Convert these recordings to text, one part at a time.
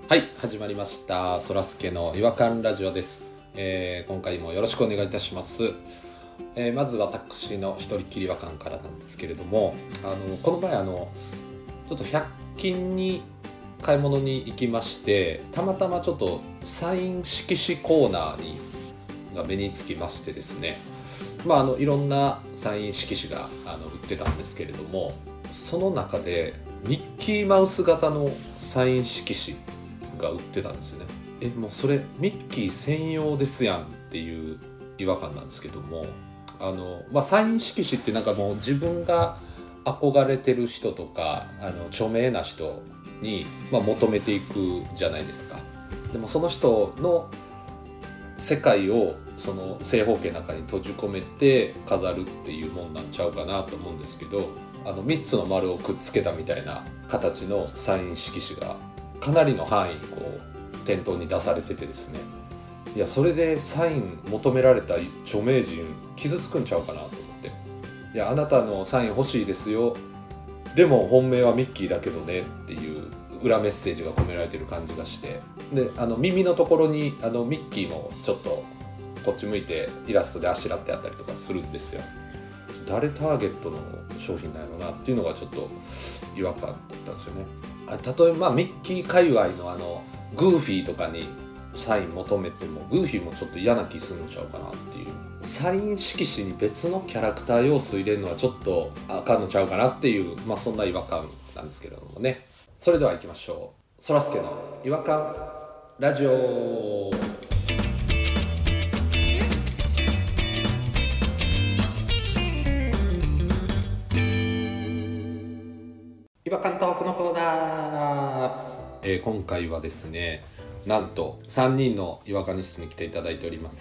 はい、始まりましたそらすけの違和感ラジオです。今回もよろしくお願いいたします。まず私の一人きり違和感からなんですけれども、この前ちょっと100均に買い物に行きまして、たまたまちょっとサイン色紙コーナーが目につきましてですね、いろんなサイン色紙が売ってたんですけれども、その中でミッキーマウス型のサイン色紙が売ってたんですよね。もうそれミッキー専用ですやんっていう違和感なんですけども、サイン色紙ってなんかもう自分が憧れてる人とか著名な人に、求めていくじゃないですか。でもその人の世界をその正方形の中に閉じ込めて飾るっていうもんなんちゃうかなと思うんですけど、3つの丸をくっつけたみたいな形のサイン色紙がかなりの範囲店頭に出されててですね、いやそれでサイン求められた著名人傷つくんちゃうかなと思って、いやあなたのサイン欲しいですよ、でも本命はミッキーだけどねっていう裏メッセージが込められてる感じがして、で耳のところにミッキーもちょっとこっち向いてイラストであしらってあったりとかするんですよ。誰ターゲットの商品なのなっていうのがちょっと違和感だったんですよね。例えばミッキー界隈のグーフィーとかにサイン求めてもグーフィーもちょっと嫌な気するんちゃうかなっていう、サイン色紙に別のキャラクター要素入れるのはちょっとあかんのちゃうかなっていう、そんな違和感なんですけれどもね。それでは行きましょう。そらすけの違和感ラジオ。違和感トークのコーナー。今回はですね、なんと3人の違和感ニストに来ていただいております。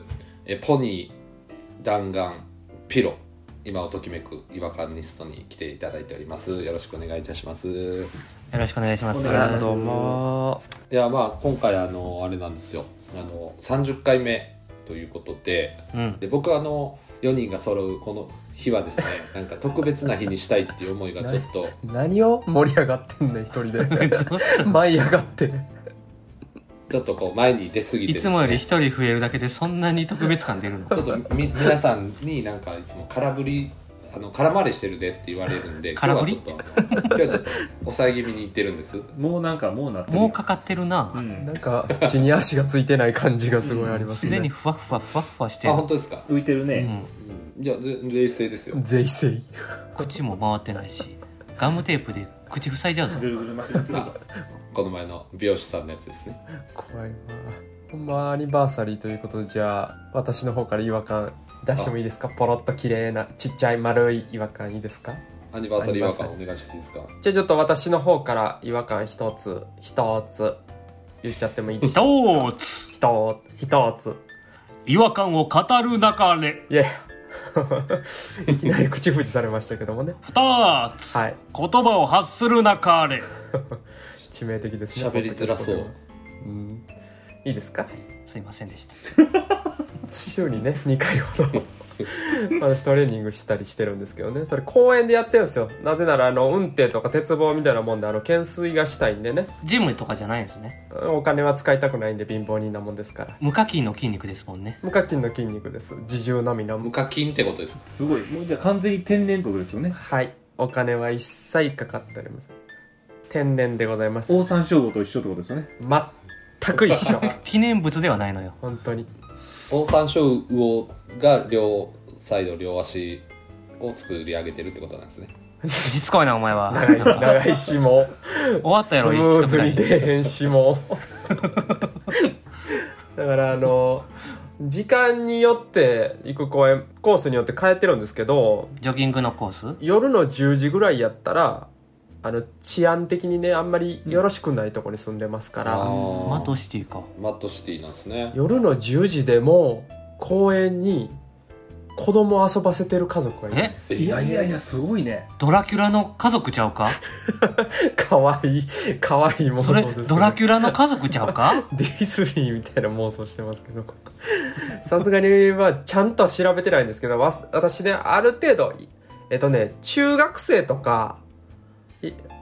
ポニー、弾丸、ピロ、今をときめく違和感ニストに来ていただいております。よろしくお願いいたします。 よろしくお願いします。 どうも。 いや今回あれなんですよ、30回目ということで、で僕4人が揃うこの日はですね、なんか特別な日にしたいっていう思いがちょっと何を盛り上がってんの一人で舞い上がってちょっと前に出過ぎてですね、 いつもより一人増えるだけでそんなに特別感出るの？ ちょっと皆さんになんかいつも空振り空回りしてるでって言われるんで、 空振り？ 今日はちょっと抑え気味に言ってるんです。 もうなってる。 もうかかってるな。 なんか地に足がついてない感じがすごいありますね。 すでにふわふわふわふわしてる。 本当ですか？ 浮いてるね。 いや冷静ですよ。 税制口も回ってないし、ガムテープで口塞いじゃうぞ。 ぐるぐる巻きにするぞ。 この前の美容師さんのやつですね。 怖いわ。ほんまアニバーサリーということで、じゃあ私の方から違和感出してもいいですか？ポロッと綺麗なちっちゃい丸い違和感いいですか？ アニバーサリー違和感お願いしていいですか？ じゃあちょっと私の方から違和感一つ言っちゃってもいいですか？一つ違和感を語るなかれ。 いやいきなり口封じされましたけどもね。 二つ、 はい、 言葉を発するなかれ。 致命的ですね。 喋りづらそう。 いいですか？ すいませんでした。 週にね2回ほど私トレーニングしたりしてるんですけどね、それ公園でやってるんですよ。なぜなら運転とか鉄棒みたいなもんで懸垂がしたいんでね。 ジムとかじゃないんですね。 お金は使いたくないんで、貧乏人なもんですから。 無課金の筋肉ですもんね。 無課金の筋肉です。自重のみの無課金ってことです。 すごい。もうじゃあ完全に天然ってことですよね。 はい、お金は一切かかっておりません。天然でございます。 オオサンショウウオと一緒ってことですよね。 全く一緒記念物ではないのよ。 本当に。 オオサンショウウオが両サイド両足を作り上げてるってことなんですね。 しつこいなお前は。 長いしも終わったやろ。 スムーズに出へんしもだから時間によって行く公園コースによって変えてるんですけど、 ジョギングのコース夜の10時ぐらいやったら治安的にねあんまりよろしくないところに住んでますから、 マットシティか。 マットシティなんですね。 夜の10時でも公園に子供遊ばせてる家族がいるんですよ。 いやすごいね。 ドラキュラの家族ちゃうか？ かわいい妄想ですけど、 それドラキュラの家族ちゃうか？ ディズニーみたいな妄想してますけどさすがにちゃんとは調べてないんですけど、私ねある程度中学生とか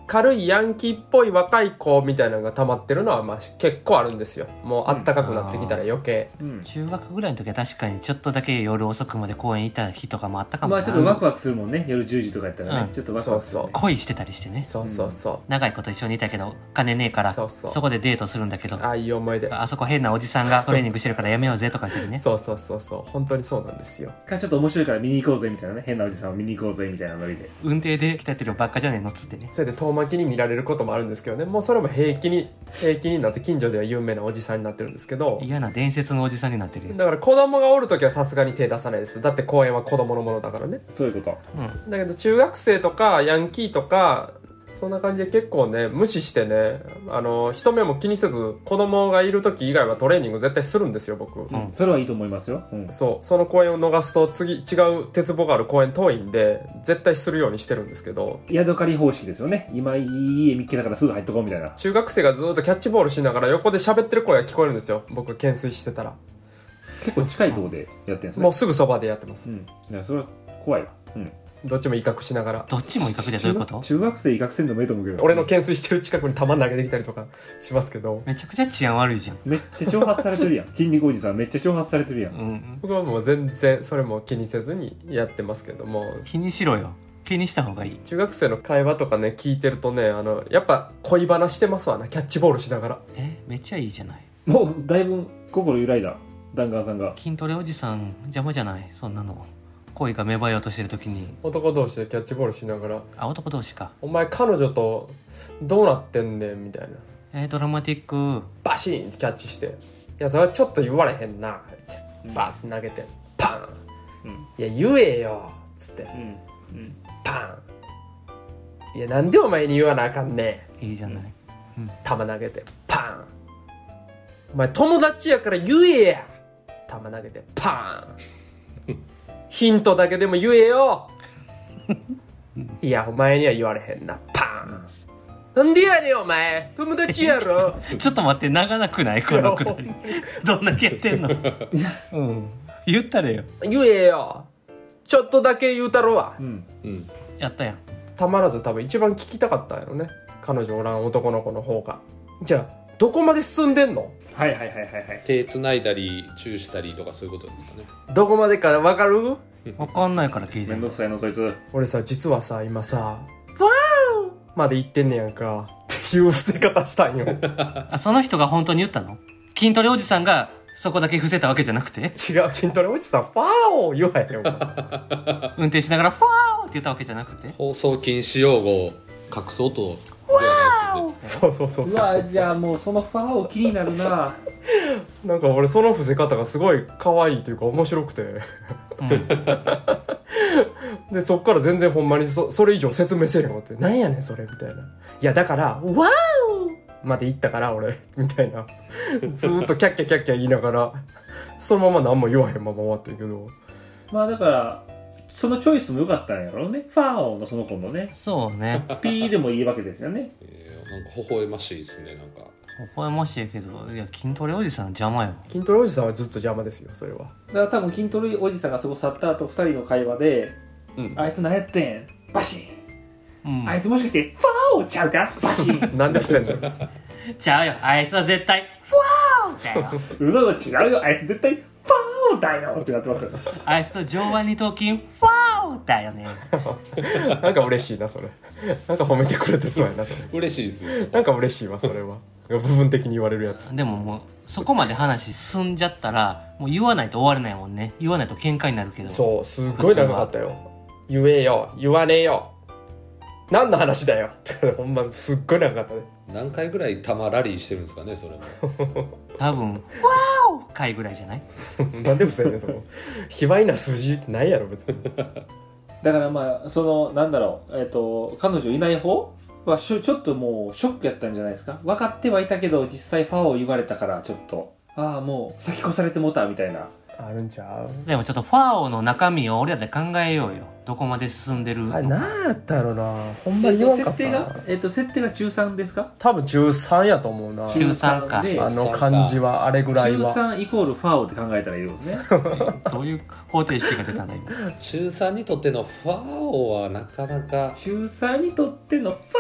軽いヤンキーっぽい若い子みたいなのが溜まってるのはまあ結構あるんですよ。もうあったかくなってきたら余計、 うん中学ぐらいの時は確かにちょっとだけ夜遅くまで公園行った日とかもあったかもな。 まあちょっとワクワクするもんね、夜10時とかやったらね、 うんちょっとワクワクする、ね、 恋してたりしてね。 そうそうそ長いこと一緒にいたけど金ねえからそうそうそこでデートするんだけど、 う、ああいい思い出。 あそこ変なおじさんがトレーニングしてるからやめようぜとか言ってね。 そうそうそうそう、本当にそうなんですよ。 かちょっと面白いから見に行こうぜみたいなね、変なおじさんを見に行こうぜみたいなノリで。 運転で来たってるばっかじゃねえのっつってね。 それで遠巻きに見られることもあるんですけどね、もうそれも平気になって近所では有名なおじさんになってるんですけど、 嫌な伝説のおじさんになってるよ。 だから子供がおるときはさすがに手出さないです。だって公園は子供のものだからね。 そういうこと。 うん。 だけど中学生とかヤンキーとかそんな感じで結構ね無視してね、人目も気にせず子供がいる時以外はトレーニング絶対するんですよ僕、 んそれはいいと思いますよ。うん。 そう、その公園を逃すと次違う鉄棒がある公園遠いんで絶対するようにしてるんですけど、 ヤドカリ方式ですよね。今いい家見っけだからすぐ入っとこうみたいな。 中学生がずっとキャッチボールしながら横で喋ってる声が聞こえるんですよ。僕懸垂してたら結構近いところでやってるんですね。 もうすぐそばでやってます、 うん。いや、それは怖いわ。うん。 どっちも威嚇しながらどっちも威嚇でどういうこと？ 中学生威嚇せんでもいいと思うけど。 俺の懸垂してる近くに球投げてきたりとかしますけど、 めちゃくちゃ治安悪いじゃん。 めっちゃ挑発されてるやん。筋肉おじさんめっちゃ挑発されてるやん。 うん。 僕はもう全然それも気にせずにやってますけども、 気にしろよ。気にした方がいい。 中学生の会話とかね聞いてるとね、やっぱ恋バナしてますわな、キャッチボールしながら。 めっちゃいいじゃない。 もうだいぶ心揺らいだ。弾丸さんが。 筋トレおじさん邪魔じゃない、そんなの。恋が芽生えようとしてる時に。 男同士でキャッチボールしながら、 あ、男同士か。 お前彼女とどうなってんねんみたいな、 ドラマティック。 バシーンってキャッチして、いやそれはちょっと言われへんなってバッて投げてパン、 うん。 いや言えよっつってうん。うん。 パン、いやなんでお前に言わなあかんねん、 いいじゃない。 球投げてパン、お前友達やから言えや、球投げてパン、ヒントだけでも言えよいやお前には言われへんな、パン、なんでやねんお前友達やろちょっと待って、長なくないこのくだり。どんだけやってんの？ いや、 うん。言ったれよ。 言えよ、ちょっとだけ言うたろわ。 うん。 うん。 やったやん。 たまらず多分一番聞きたかったんやろね、彼女おらん男の子の方が。じゃあどこまで進んでんの、 はいはいはいはいはい。 手繋いだりチューしたりとかそういうことですかね。 どこまでか分かる？ わかんないから聞いてんの。 めんどくさいのそいつ。 俺さ実はさ今さファーまで言ってんねやんかっていう伏せ方したんよあ、その人が本当に言ったの？筋トレおじさんがそこだけ伏せたわけじゃなくて、 違う、筋トレおじさんファーを言わへんよお前運転しながらファーって言ったわけじゃなくて、 放送禁止用語を隠す音ではないですよね。 そうそうそううそうそう、 わ、じゃあもうそのファーを気になるな。 なんか俺その伏せ方がすごい可愛いというか面白くてうん、 でそっから全然ほんまにそれ以上説明せえへんわって、なんやねんそれみたいな、いやだからワーオまで言ったから俺みたいなずーっとキャッキャキャッキャ言いながらそのまま何も言わへんまま終わってるけど、 まあだからそのチョイスも良かったんやろうね。ファーオのその子のね。 そうね。 ピーでもいいわけですよね。 なんか微笑ましいですね。なんか微笑ましいけど、いや筋トレおじさん邪魔よ。 筋トレおじさんはずっと邪魔ですよそれは。 だから多分筋トレおじさんがそこ去った後2人の会話で、 うんあいつ何やってんバシン、 うんあいつもしかしてファーオちゃうかバシンなんで伏せんのちゃうよ、あいつは絶対ファーだよ。 うそ違うよ、あいつ絶対ファーオだよってなってますよ。 あいつと上腕二頭筋ファーだよね。 なんか嬉しいなそれ、なんか褒めてくれてそうやなそれ、 嬉しいですね。 なんか嬉しいわそれは部分的に言われるやつ。 でももうそこまで話進んじゃったらもう言わないと終われないもんね。言わないと喧嘩になるけど。 そうすっごい長かったよ、言えよ言わねえよ何の話だよってほんますっごい長かったね。 何回ぐらい球ラリーしてるんですかね、それも。 多分ワーオ回ぐらいじゃない？ なんで伏せんねんその卑猥な数字ないやろ別に。 だからまあそのなんだろう、彼女いない方はちょっともうショックやったんじゃないですか。分かってはいたけど実際ファーを言われたからちょっとああもう先越されてもたみたいな。 あるんちゃう。 でもちょっとファーオの中身を俺らで考えようよ。どこまで進んでる。 あれ何やったやろな、ほんまに言わんかったな。 設定が中3ですか？ 多分中3やと思うな、 中3か。 であの感じはあれぐらい中は。 3イコールファーオって考えたらいいよね。 どういう方程式が出たんだ今。 中3にとってのファーオはなかなか。 中3にとってのファー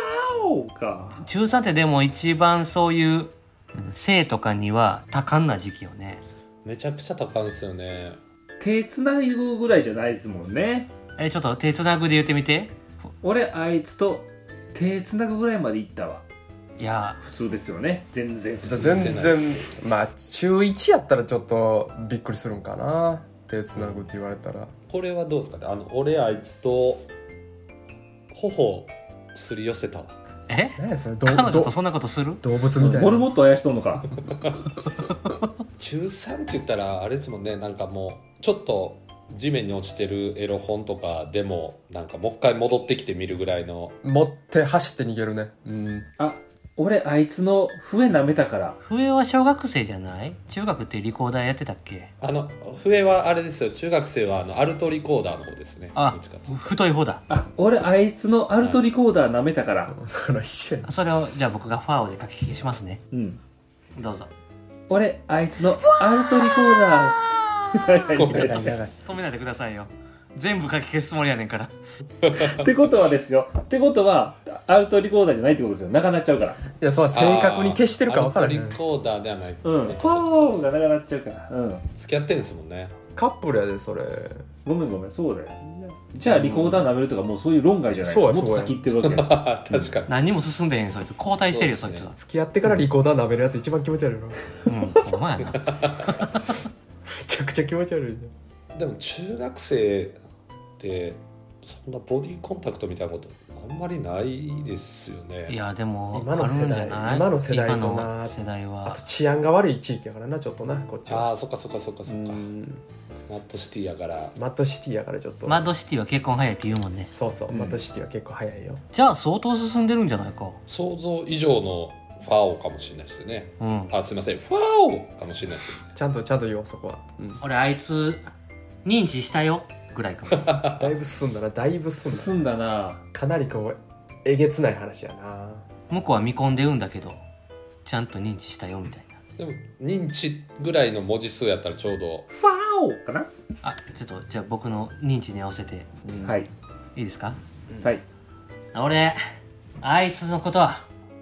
オか。 中3ってでも一番そういう性とかには多感な時期よね。 めちゃくちゃ高いんですよね。 手つなぐぐらいじゃないですもんね。 ちょっと手つなぐで言ってみて。 俺あいつと手つなぐぐらいまで行ったわ。 いや普通ですよね。全然普通。 全然まあ中1やったらちょっとびっくりするんかな、手つなぐって言われたら。 これはどうですかね。俺あいつと頬すり寄せたわ。 え何やそれ、 彼女とそんなことする？ 動物みたいな。 モルモットあやしとんのか。 中3って言ったらあれですもんね。なんかもうちょっと地面に落ちてるエロ本とかでもなんかもう一回戻ってきて見るぐらいの。 持って走って逃げるね。うん。 あ、俺あいつの笛舐めたから。 笛は小学生じゃない？中学ってリコーダーやってたっけ？ 笛はあれですよ。中学生はアルトリコーダーの方ですね。 あどっちかっていうと太い方だ。 あ、俺あいつのアルトリコーダー舐めたから。 だから一緒やね。 それをじゃあ僕がファオで書き消しますね。 うん。 どうぞ。 俺あいつのアルトリコーダー。 長い長い。 止めないでくださいよ。全部書き消すつもりやねんから。 ってことはですよ。ってことはアルトリコーダーじゃないってことですよ。なくなっちゃうから。 いや、そう正確に消してるか分からへん。 アルトリコーダーではない。 うん。フそうかそうかァーがなくなっちゃうから。うん。 付き合ってんですもんね。 カップルやでそれ。 ごめんそうだよ。じゃあリコーダー舐めるとかもうそういう論外じゃない。 そうやもっと先行ってるわけです。 確かに。 何にも進んでへんそいつ。交代してるよそですねそういつは。 付き合ってからリコーダー舐めるやつ一番気持ち悪いな。 うん、ほんまやな。 めちゃくちゃ気持ち悪いじでも中学生ってそんなボディコンタクトみたいなことあんまりないですよね。 いやでも今の世代あるんじゃない？ 今の世代とな今の世代ゃん。あはと治安が悪い地域やからな、ちょっとなこっちは。 ああ、そっかそっかそっかそっか。 うんマッドシティやから。 マッドシティやからちょっと。 マッドシティは結婚早いって言うもんね。 そうそう、マッドシティは結構早いよ。 じゃあ相当進んでるんじゃないか。 想像以上のファオかもしれないですよね。 うん。 あ、すいません。ファオかもしれないですよね。 ちゃんと言おうそこは。うん俺あいつ認知したよぐらいかも。 だいぶ進んだな、だいぶ進んだ。 進んだな。 かなりこうえげつない話やな。 向こうは見込んでるんだけどちゃんと認知したよみたいな。 でも認知ぐらいの文字数やったらちょうど。 ファーかな。 あ、ちょっとじゃあ僕の認知に合わせてはいいいですか？ はい。 俺あいつのことは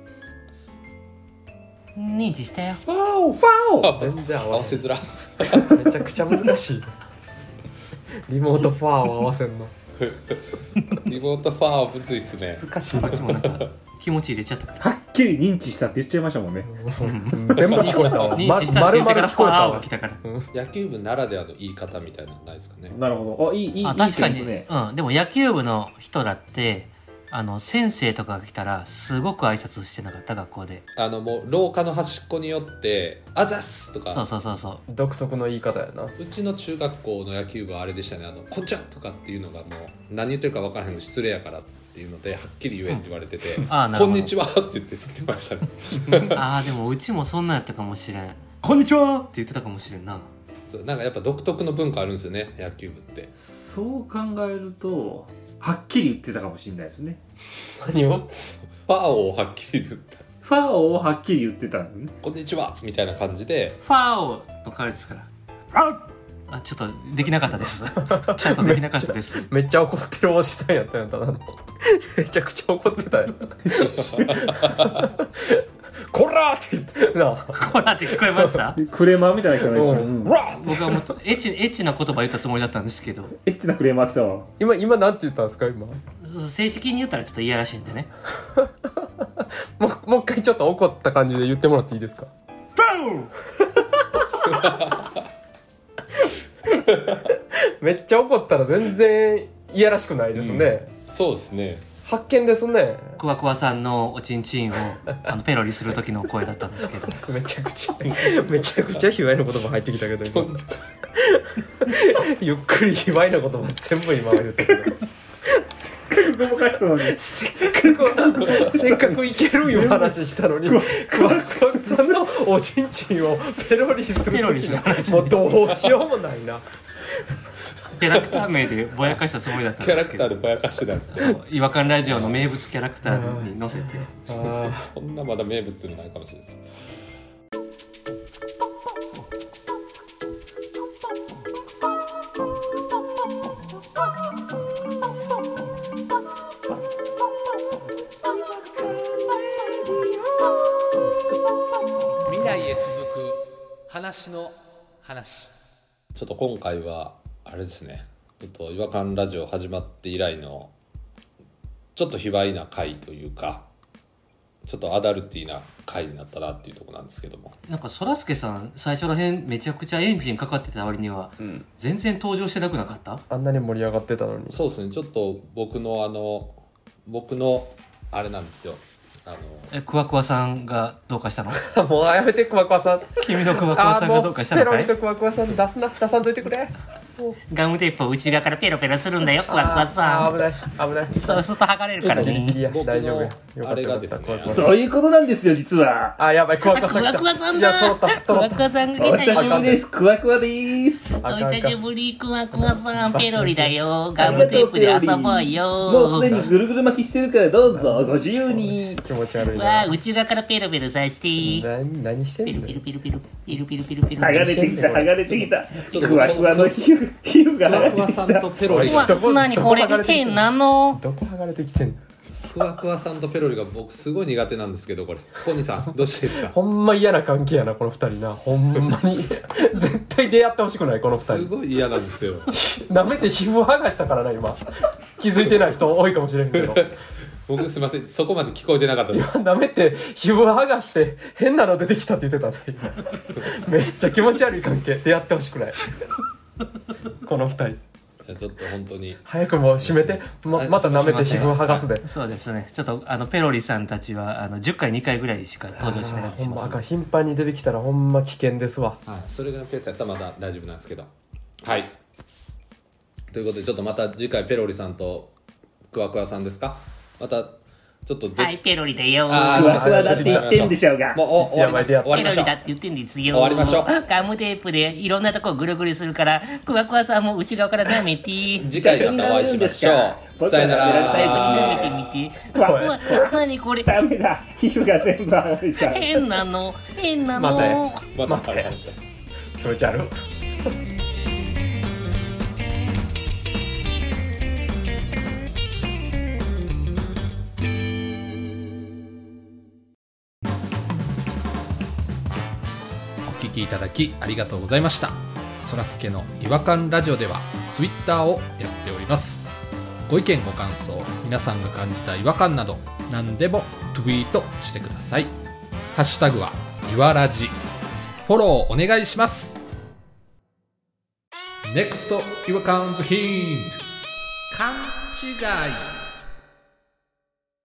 認知したよ。 ファー。 全然合合わせわせづら。 めちゃくちゃ難しい。リモートファーを合わせんのリモートファオむずいっすね。 難しい。 こっちもなんか気持ち入れちゃったから。 はっきり認知したって言っちゃいましたもんね。 全部聞こえたわ。 認知したって言ってから聞こえたわファーが来。たから。 野球部ならではの言い方みたいなのないですかね。 なるほど。あ、いいあ、確かに、 いいね。 うん。でも野球部の人らって先生とかが来たらすごく挨拶してなかった？学校で。 もう廊下の端っこによって「あざっす」とか。 そうそうそうそう。 独特の言い方やな。 うちの中学校の野球部はあれでしたね。こんちゃとかっていうのがもう何言ってるか分からへんの失礼やからっていうのではっきり言えって言われてて「 あーなるほどこんにちは」って言ってましたね。 ああでもうちもそんなんやったかもしれん。こんにちはって言ってたかもしれんな。 そうなんかやっぱ独特の文化あるんですよね、野球部って。 そう考えるとはっきり言ってたかもしれないですね。 何を？ ファーをはっきり言った「 ファーをはっきり言ってたんですね。 こんにちは」みたいな感じで。 ファーオの代わりですから。あ、ちょっとできなかったです。ちゃんとできなかったです。 めっちゃ怒ってるおじさんやったよ、ただの。めちゃくちゃ怒ってたよ。こらーって言ってな。 こらって聞こえました？ クレーマーみたいな人がいました。 うわーって僕はもっとエッチな言葉言ったつもりだったんですけど、 エッチなクレーマー来たわ。 今なんて言ったんですか今。 そう正式に言ったらちょっと嫌らしいんでね。 もう一回ちょっと怒った感じで言ってもらっていいですか？めっちゃ怒ったら全然いやらしくないですね。 そうですね。 発見ですね。 クワクワさんのおちんちんをペロリする時の声だったんですけど、 めちゃくちゃ卑猥な言葉入ってきたけど今ゆっくり卑猥な言葉全部今言ったけどごまかしたのに。 せっかくいけるいう話したのにクワクワさんのおちんちんをペロリする時のもうどうしようもないな。 キャラクター名でぼやかしたつもりだったんキャラですけど、 クターでぼやかしてたんですね。 そう違和感ラジオの名物キャラクターに乗せて。 そんなまだ名物でもないかもしれないです。 話の話。ちょっと今回はあれですね、ちょっと違和感ラジオ始まって以来のちょっと卑猥な回というか、ちょっとアダルティーな回になったなっていうところなんですけども、 なんかそらすけさん最初らへんめちゃくちゃエンジンかかってた割には、全然登場してなくなかった？ あんなに盛り上がってたのに。 そうですね、ちょっと僕のあれなんですよ、 クワクワさんがどうかしたの？ もうやめて、クワクワさん。 君のクワクワさんがどうかしたのかい？ ペロリとクワクワさん出さんといてくれ。 ガムテープを内側からペロペロするんだよ、クワクワさん。 危ない。 そうすると剥がれるからね。 ギリギリや。 僕の大丈夫や。よかったあれがですねよかったそういうことなんですよ、実は。 あ、やばい、クワクワさん来た。 クワクワさんいや、 だ。 揃った。 クワクワさんがお来たよ。 久しぶりです。クワクワでーす。 お久しぶり、クワクワさん。ペロリだよ。 あガムりがとうテープで遊ぼうよ。 もうすでにぐるぐる巻きしてるからどうぞご自由に。 気持ち悪いわあ、 な。 内側からペロペロさして。 何してピルんのよ。 ピルピルピルピルピルピルピル。 剥がれてきた、剥がれてきた。 ちょっとクワクワの皮膚が剥がれてきクワクワさんた。 とペロリうわ、何これ変なの？ どこ剥がれてきてんの。 クワクワさんとペロリが僕すごい苦手なんですけど、これポニーさんどうしてですか？ ほんま嫌な関係やな、この二人な。ほんまに。絶対出会ってほしくない、この二す人。 ごい嫌なんですよ。 舐めて皮膚剥がしたからな、今。気づいてない人多いかもしれんけど。 僕すいません、そこまで聞こえてなかったです。 舐めて皮膚剥がして変なの出てきたって言ってたんで、今めっちゃ気持ち悪い関係。出会ってほしくない。この二人。 いやちょっと本当に早くもう閉めて、また舐めて皮膚剥がすで。 そうですね。ちょっとペロリさんたちは10回2回ぐらいしか登場しないようにほんまします。 あかん、頻繁に出てきたらほんま危険ですわ。 はい、それぐらいのペースやったらまだ大丈夫なんですけど、はいということでちょっとまた次回ペロリさんとクワクワさんですか、またちょっとはい、ペロリだよ。 クワクワだって言ってんでしょうが。 もう終わります、 やばい終わりましょうペロリだって言ってんですよ。 終わりましょう。 ガムテープでいろんなとこぐるぐるするから、クワクワさんも内側から舐めて。 次回またお会いしましょう。さよなら。 舐めてみて。うわ、何これ。 ダメだ。皮膚が全部剥がれちゃう。 変なの。変なの。 またやまた気持ち悪い。 お聞きいただきありがとうございました。そらすけの違和感ラジオではツイッターをやっております。ご意見ご感想、皆さんが感じた違和感など何でもツイートしてください。ハッシュタグはいわらじ、フォローお願いします。 NEXT 違和感ズヒント、勘違い